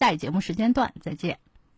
下一节目时间段再见。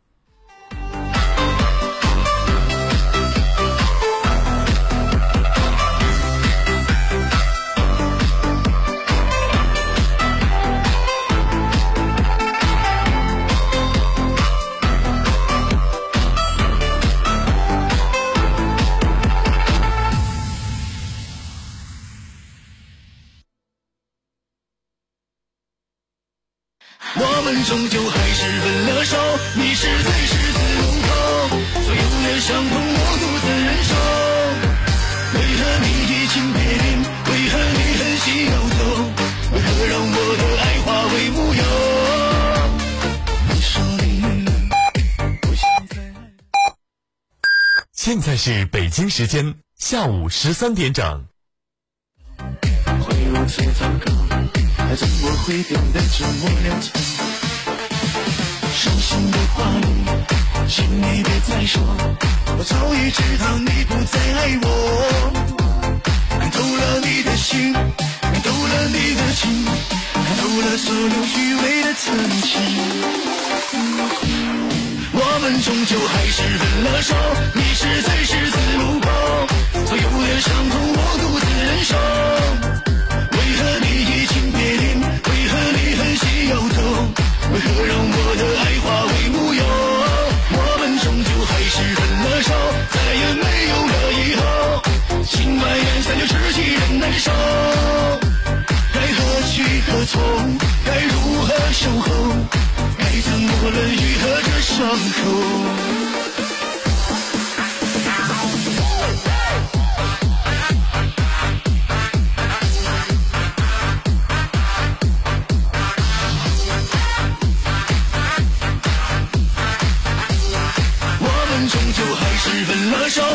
我们终究还是分了手，你是最十字路口，所有的伤痛我独自忍受。为何你移情别恋？为何你狠心要走？为何让我的爱化为乌有？你说你不想再爱。 现在是北京时间下午13点整。 会如此糟糕，爱怎么会变得这么潦草？伤心的话语，请你别再说，我早已知道你不再爱我。看透了你的心，看透了你的情，看透了所有虚伪的曾经。我们终究还是分了手，你是最十字路口，所有的伤痛我独自忍受。为何你移情别恋？为何你狠心要走？为何让我的爱化为乌有？我们终究还是分了手，再也没有了以后。心外缘散就知己人难受，该何去何从？该如何守候？该怎么能愈合这伤口？终究还是分了手。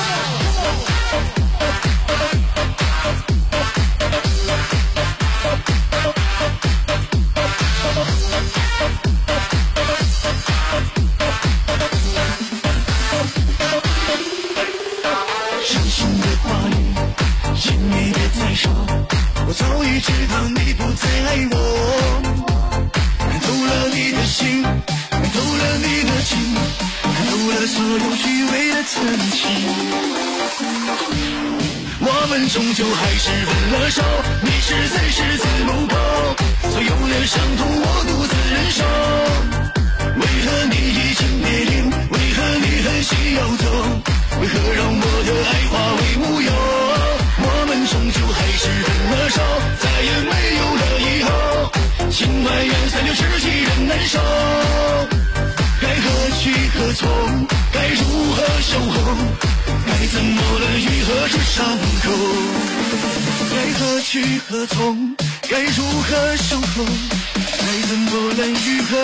伤心的话语，请你别再说，我早已知道你不再爱我。看透了你的心，看透了你的情，看透了所有虚伪的曾经。我们终究还是分了手，你是最十字路口，所有的伤痛我独自忍受。为何你移情别恋？为何你狠心要走？为何让我的爱化为乌有？我们终究还是分了手，再也没有了以后。情外缘散就知己人难受，该何去何从？该如何守候？该怎么能愈合这伤口？该何去何从？该如何守候？该怎么能愈合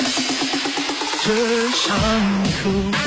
这伤口？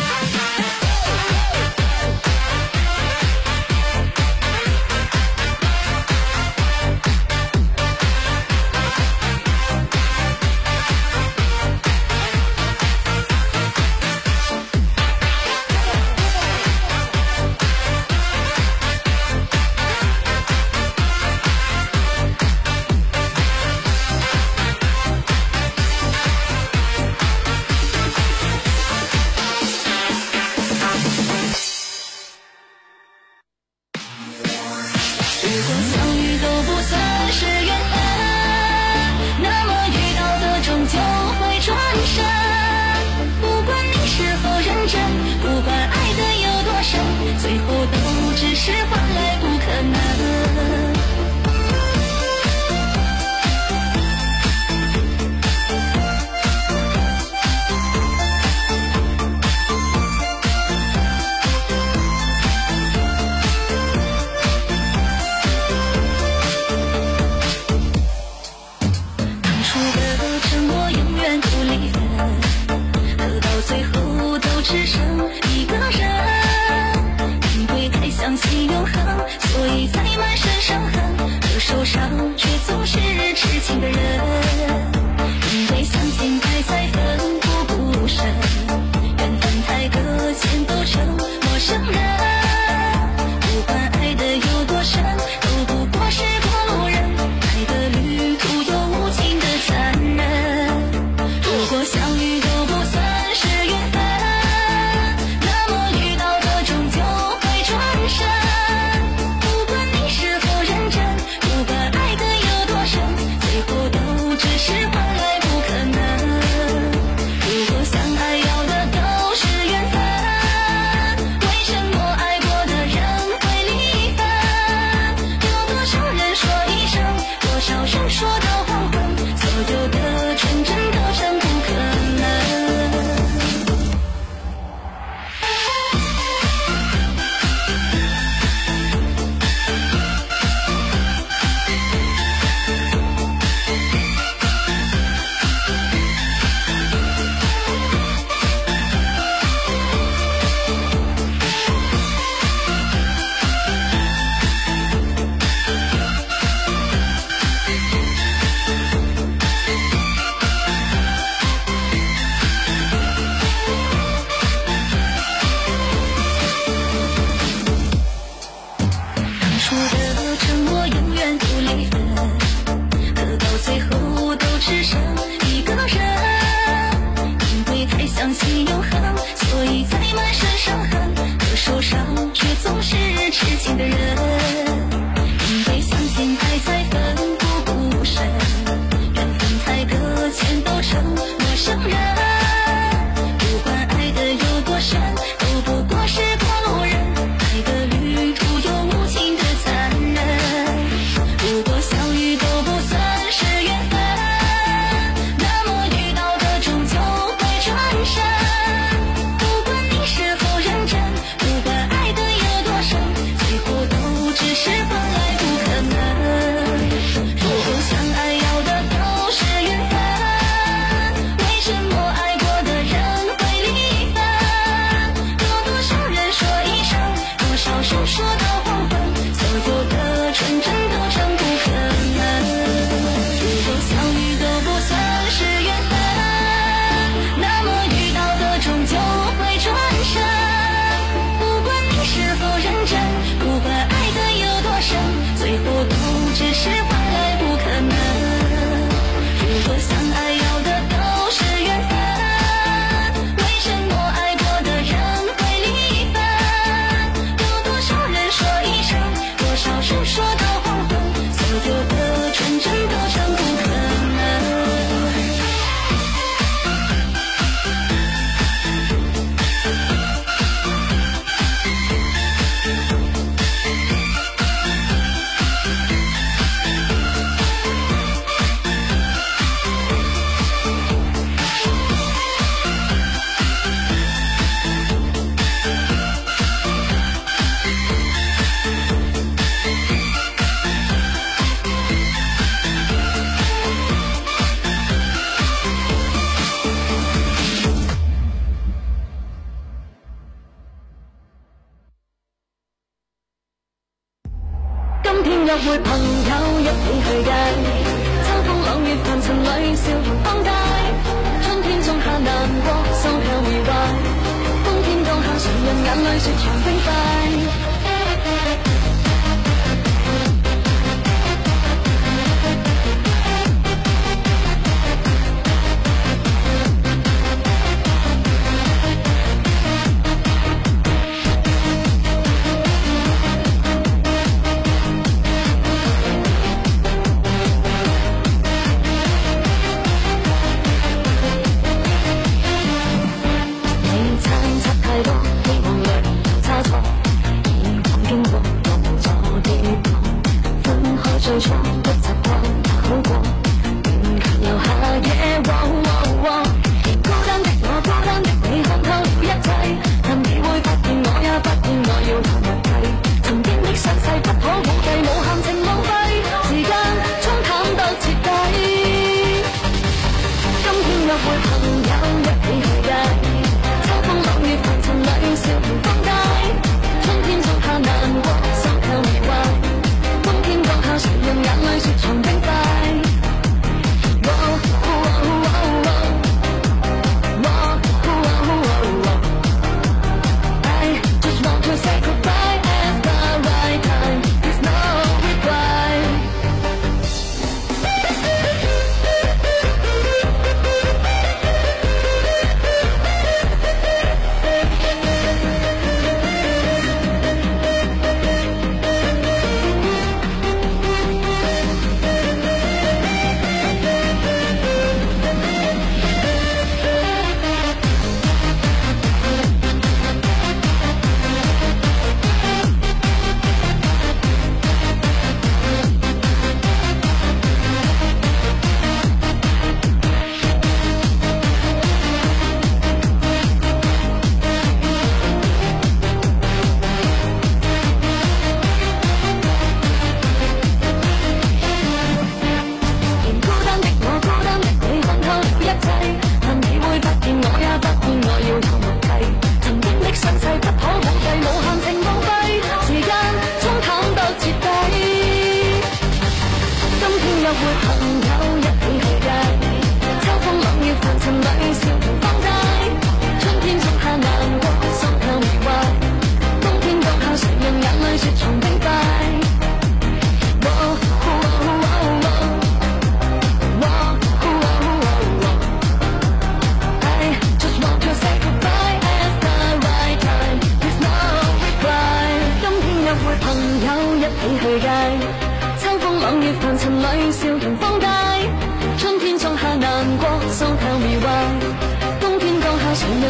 約會朋友一起去街，秋風朗月凡塵裏笑容放街，春天種下難過，收下回懷，冬天降下誰人眼淚雪藏冰塊。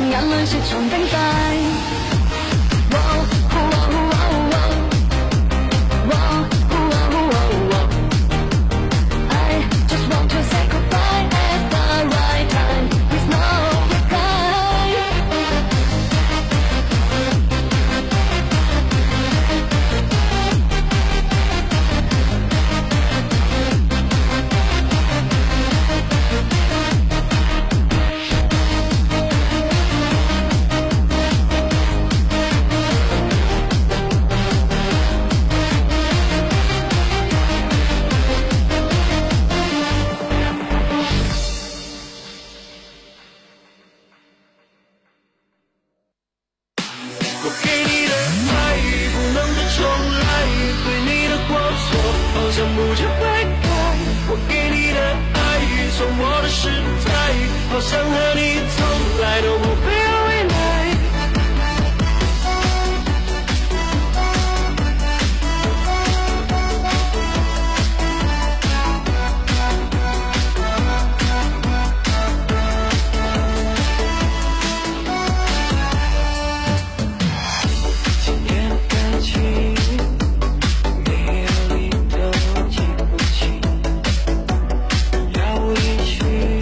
用眼淚雪藏等待。 好想和你从来都不会有未来。今天的感情没有你都记不清，要一起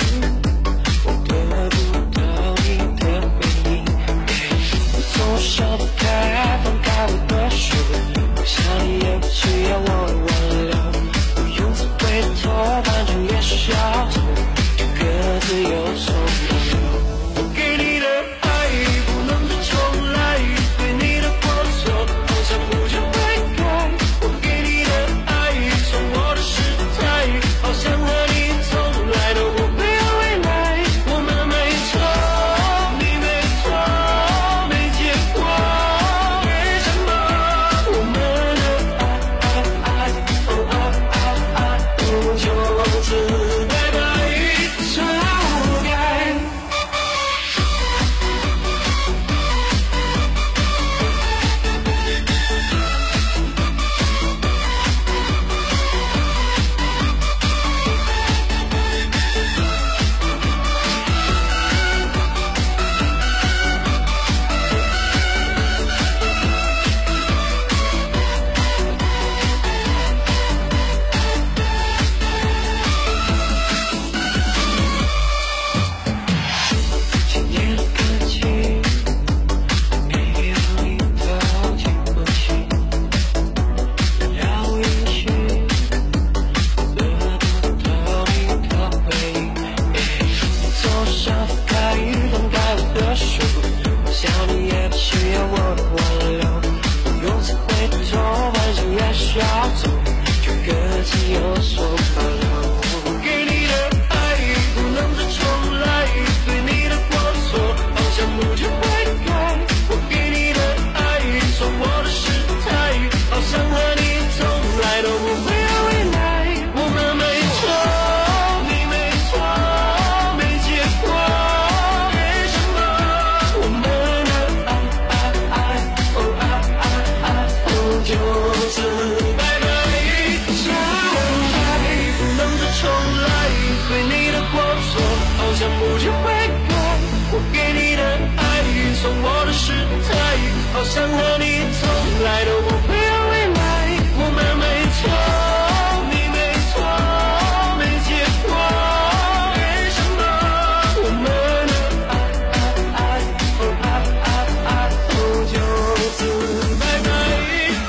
好想和你从来都不会有未来，我们没错，你没错，没结果，为什么我们的爱就此拜拜？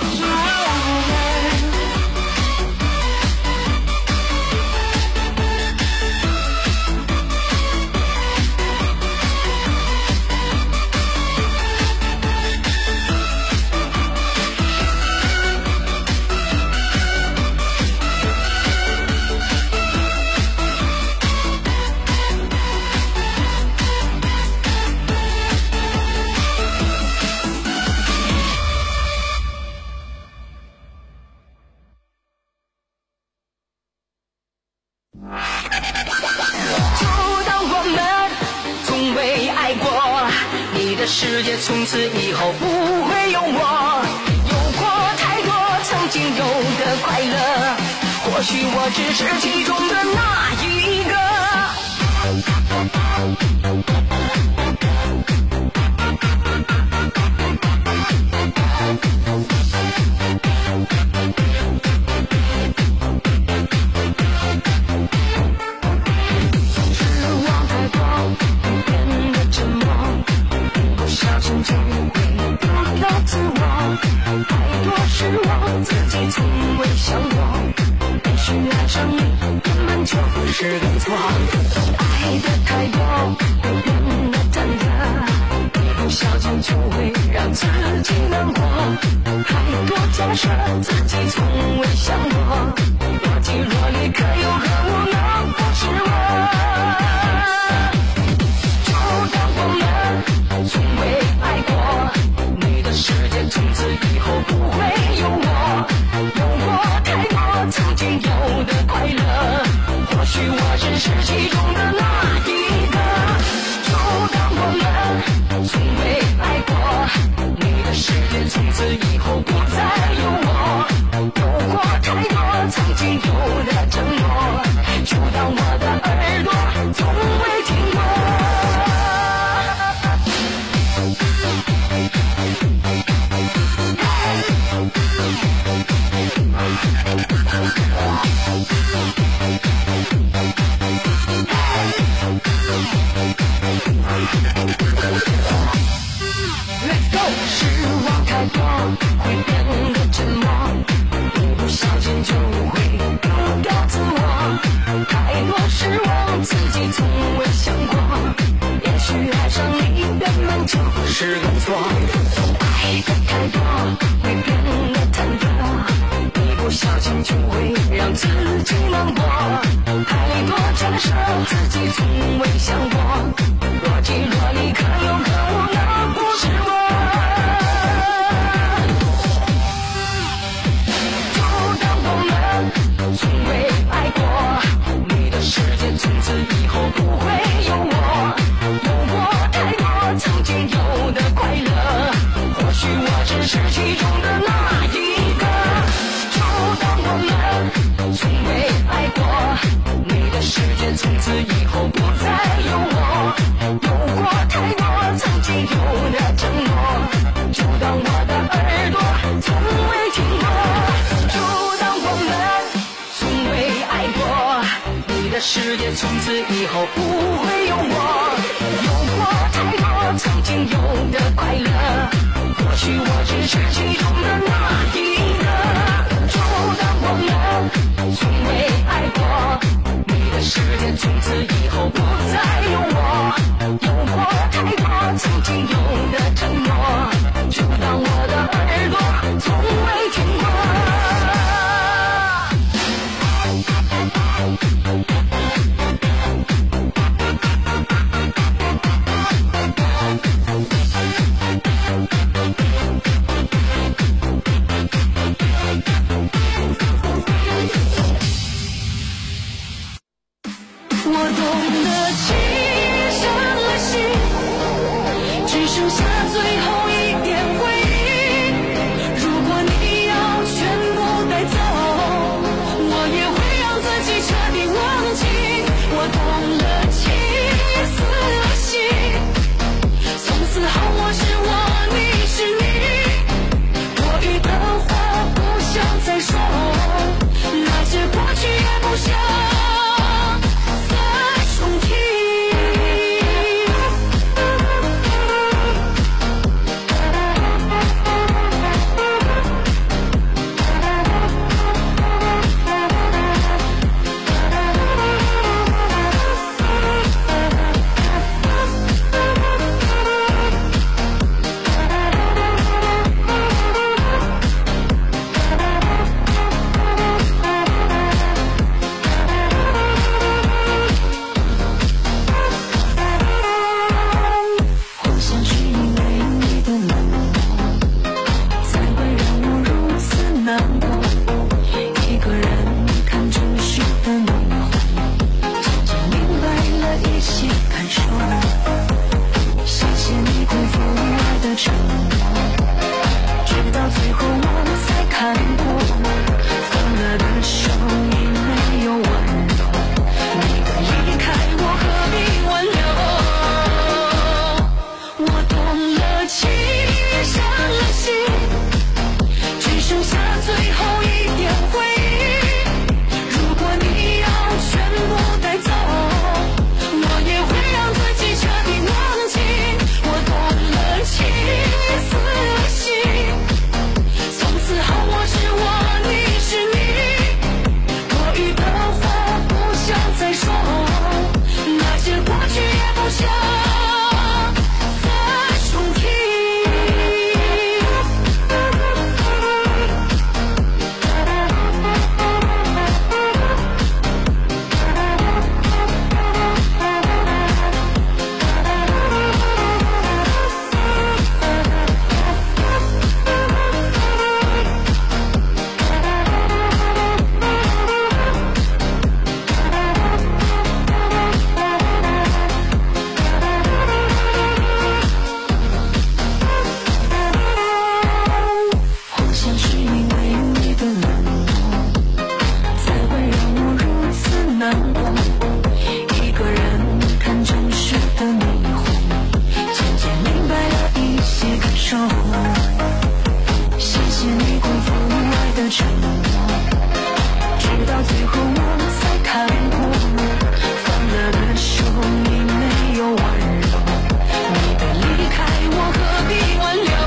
世界从此以后不会有我，有过太多曾经有的快乐，或许我只是其中的那一个。 失望，自己从未想过，也许爱上你根本就是个错。爱的太多，会变得忐忑，一不小心就会让自己难过。太多假设，自己从未想过，若即若离，可有可无，那不是我。就当我们从未爱过，你的世界从此以后不会有我。有过太多曾经有的快乐，或许我只是其中的那一个。就当我们从未爱过，你的世界从此以后不再有我。有过太多曾经有的承诺，就当我的耳朵从未听过。Let's go！ 失望太多，会变得沉默，一不小心就会丢掉自我。太多失望，自己从未想过，也许爱上你根本就是个错。爱的太多，会变得忐忑，一不小心就会让自己难过。太多假设，自己从未想过，若即若离，可有可无，那不是我。就当我们从未爱过，你的世界从此以后不会有我。有过太多曾经有的快乐， 手，谢谢你辜负爱的承诺，直到最后我才看破，放了的手你没有温柔，你的离开我何必挽留，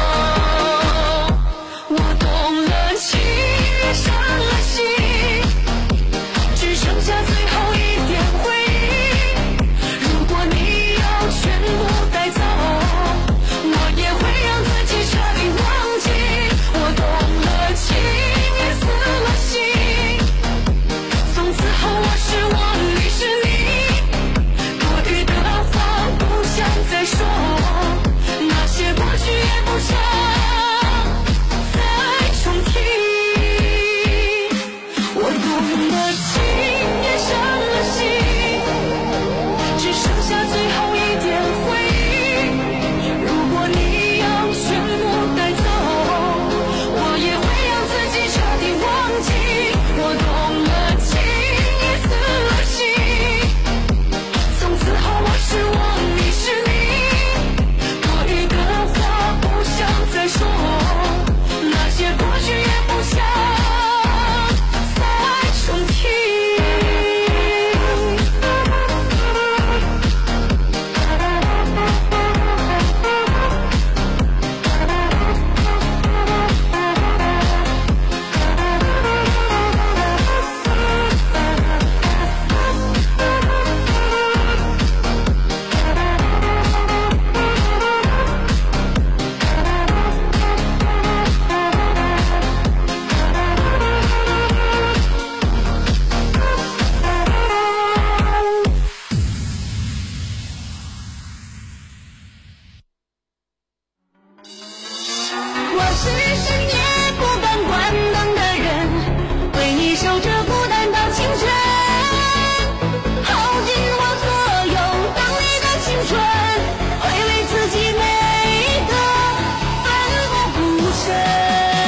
我动了情也伤了心，只剩下最后一点回忆，如果你要全部带走，我也会让自己彻底忘记，我动了情也死了心，从此后我是我，你是你，多余的话不想再说，那些过去也不想再重提，我动了情也伤了心，只剩下最后一点回忆，如果你要全部带走，我也会让自己彻底忘记，我动了情也死了心，从此后我是我，你是你，多余的话不想再说，那些过去也不想再重提。我是深夜不敢关灯的人，为你守着孤单到清晨，耗尽我所有当你的青春，会为自己每个奋不顾身。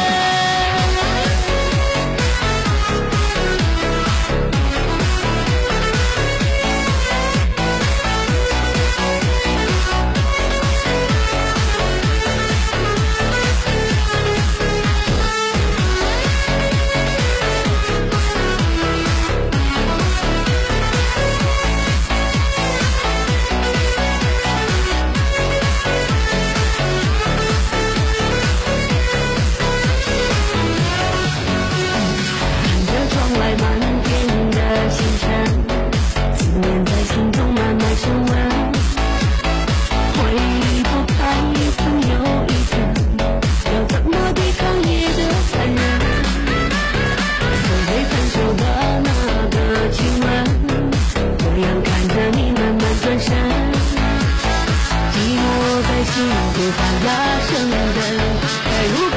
看着窗外满天的星辰，思念在心中慢慢升温，回忆不开一层又一层，要怎么抵抗夜的残忍？会被分手的那个亲吻，这样看着你慢慢转身，寂寞在心头发芽生根，该如何